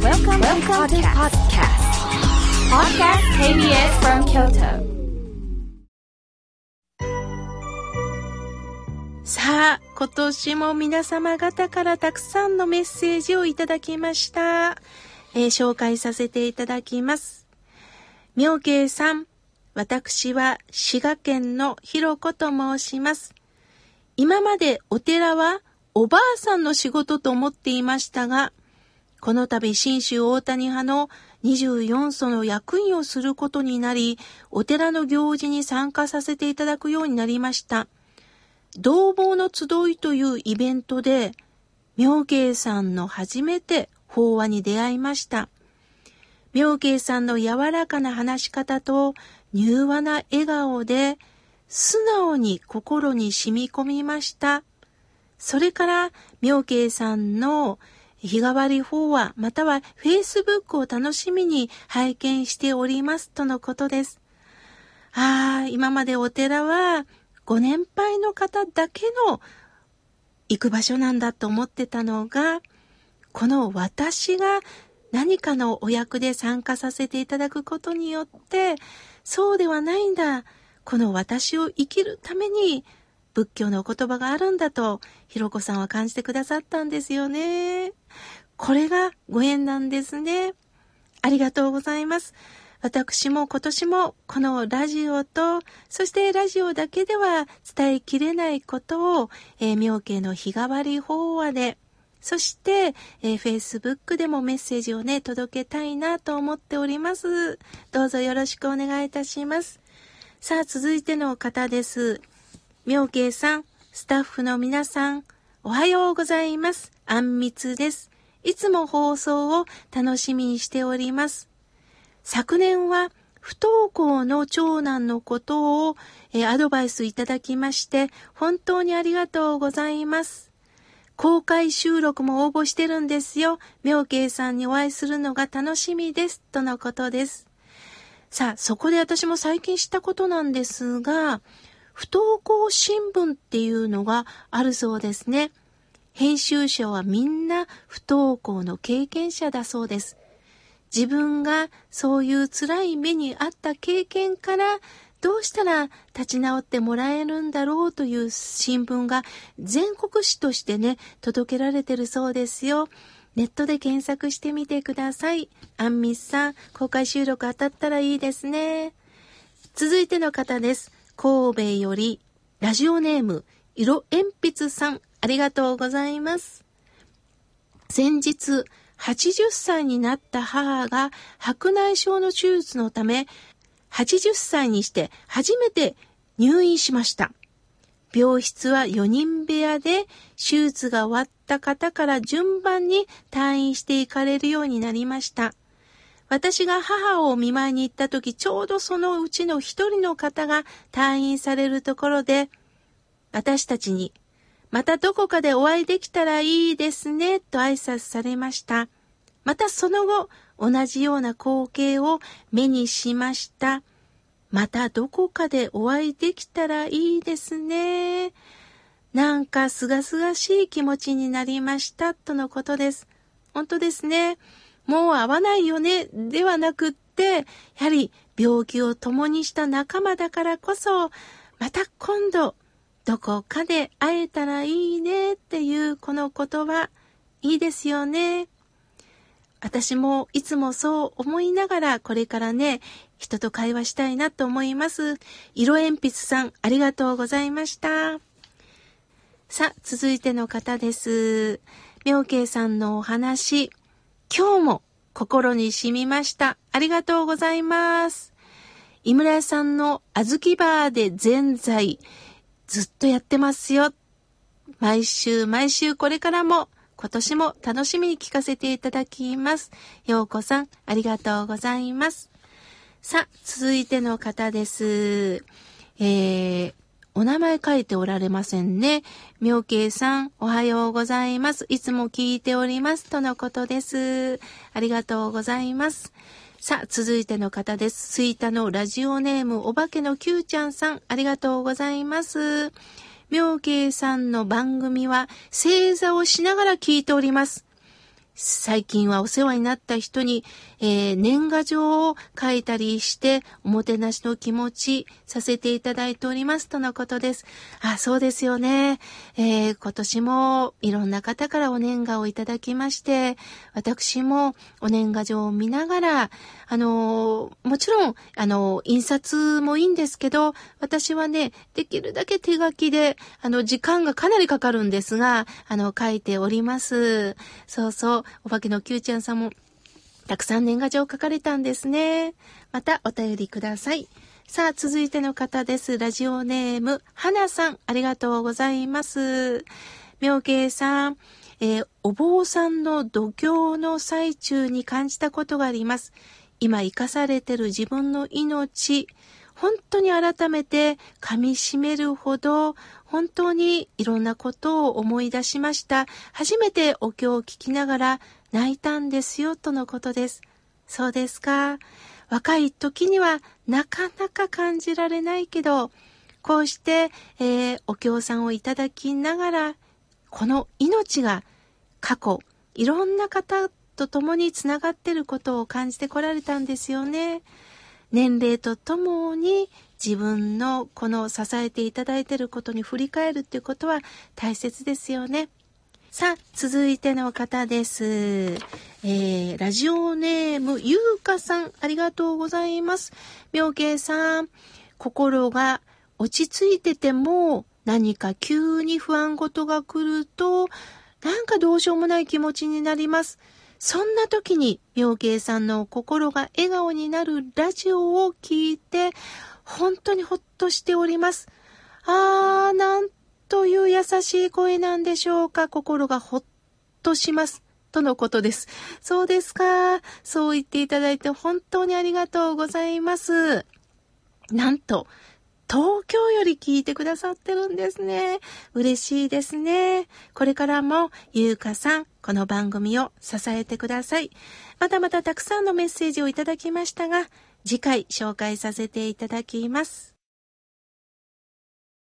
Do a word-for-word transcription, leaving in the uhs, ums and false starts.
Welcome, Welcome to podcast. Podcast ケービーエス from Kyoto. さあ、今年も皆様方からたくさんのメッセージをいただきました。えー、紹介させていただきます。妙慶さん、私は滋賀県のひろこと申します。今までお寺はおばあさんの仕事と思っていましたが、この度信州大谷派のにじゅうよんその役員をすることになり、お寺の行事に参加させていただくようになりました。同房の集いというイベントで、妙慶さんの初めて法話に出会いました。妙慶さんの柔らかな話し方と柔和な笑顔で、素直に心に染み込みました。それから妙慶さんの日替わり法話またはフェイスブックを楽しみに拝見しておりますとのことです。ああ、今までお寺はご年配の方だけの行く場所なんだと思ってたのが、この私が何かのお役で参加させていただくことによって、そうではないんだ。この私を生きるために仏教のお言葉があるんだと、ひろこさんは感じてくださったんですよね。これがご縁なんですね。ありがとうございます。私も今年もこのラジオと、そしてラジオだけでは伝えきれないことを、えー、妙慶の日替わり法話で、そして、えー、Facebook でもメッセージをね、届けたいなと思っております。どうぞよろしくお願いいたします。さあ、続いての方です。妙慶さん、スタッフの皆さん、おはようございます。あんみつです。いつも放送を楽しみにしております。昨年は不登校の長男のことを、えー、アドバイスいただきまして、本当にありがとうございます。公開収録も応募してるんですよ。妙慶さんにお会いするのが楽しみです。とのことです。さあ、そこで私も最近知ったことなんですが、不登校新聞っていうのがあるそうですね。編集者はみんな不登校の経験者だそうです。自分がそういう辛い目にあった経験からどうしたら立ち直ってもらえるんだろうという新聞が全国紙としてね、届けられてるそうですよ。ネットで検索してみてください。あんみつさん、公開収録当たったらいいですね。続いての方です。神戸よりラジオネーム色鉛筆さん、ありがとうございます。先日はちじゅっさいになった母が白内障の手術のためはちじゅっさいにして初めて入院しました。病室はよにん部屋で手術が終わった方から順番に退院していかれるようになりました。私が母をお見舞いに行った時、ちょうどそのうちの一人の方が退院されるところで、私たちにまたどこかでお会いできたらいいですねと挨拶されました。またその後同じような光景を目にしました。またどこかでお会いできたらいいですね。なんかすがすがしい気持ちになりましたとのことです。本当ですね。もう会わないよねではなくって、やはり病気を共にした仲間だからこそ、また今度どこかで会えたらいいねっていうこの言葉、いいですよね。私もいつもそう思いながらこれからね、人と会話したいなと思います。色鉛筆さん、ありがとうございました。さあ、続いての方です。妙慶さんのお話、今日も心に染みました。ありがとうございます。井村屋さんのあずきバーでぜんざい、ずっとやってますよ。毎週毎週これからも今年も楽しみに聞かせていただきます。ようこさん、ありがとうございます。さあ、続いての方です。えー、お名前書いておられませんね。妙慶さん、おはようございます。いつも聞いております。とのことです。ありがとうございます。さあ、続いての方です。吹田のラジオネーム、お化けの Q ちゃんさん、ありがとうございます。妙慶さんの番組は正座をしながら聞いております。 最近はお世話になった人に、えー、年賀状を書いたりしておもてなしの気持ちさせていただいておりますとのことです。あ、そうですよね。えー、今年もいろんな方からお年賀をいただきまして、私もお年賀状を見ながら、あのー、もちろん、あのー、印刷もいいんですけど、私はね、できるだけ手書きで、あの、時間がかなりかかるんですが、あの、書いております。そうそう。お化けの Q ちゃんさんもたくさん年賀状を書かれたんですね。またお便りください。さあ、続いての方です。ラジオネームはなさん、ありがとうございます。妙慶さん、えー、お坊さんの度胸の最中に感じたことがあります。今生かされている自分の命、本当に改めて噛み締めるほど本当にいろんなことを思い出しました。初めてお経を聞きながら泣いたんですよとのことです。そうですか。若い時にはなかなか感じられないけど、こうして、えー、お経さんをいただきながら、この命が過去いろんな方と共につながっていることを感じてこられたんですよね。年齢とともに自分のこの支えていただいていることに振り返るっていうことは大切ですよね。さあ、続いての方です。えー、ラジオネームゆうかさん、ありがとうございます。妙慶さん、心が落ち着いてても何か急に不安事が来るとなんかどうしようもない気持ちになります。そんな時に妙慶さんの心が笑顔になるラジオを聞いて本当にほっとしております。あー、なんという優しい声なんでしょうか。心がほっとしますとのことです。そうですか。そう言っていただいて本当にありがとうございます。なんと東京より聞いてくださってるんですね。嬉しいですね。これからもゆうかさん、この番組を支えてください。またまたたくさんのメッセージをいただきましたが、次回紹介させていただきます。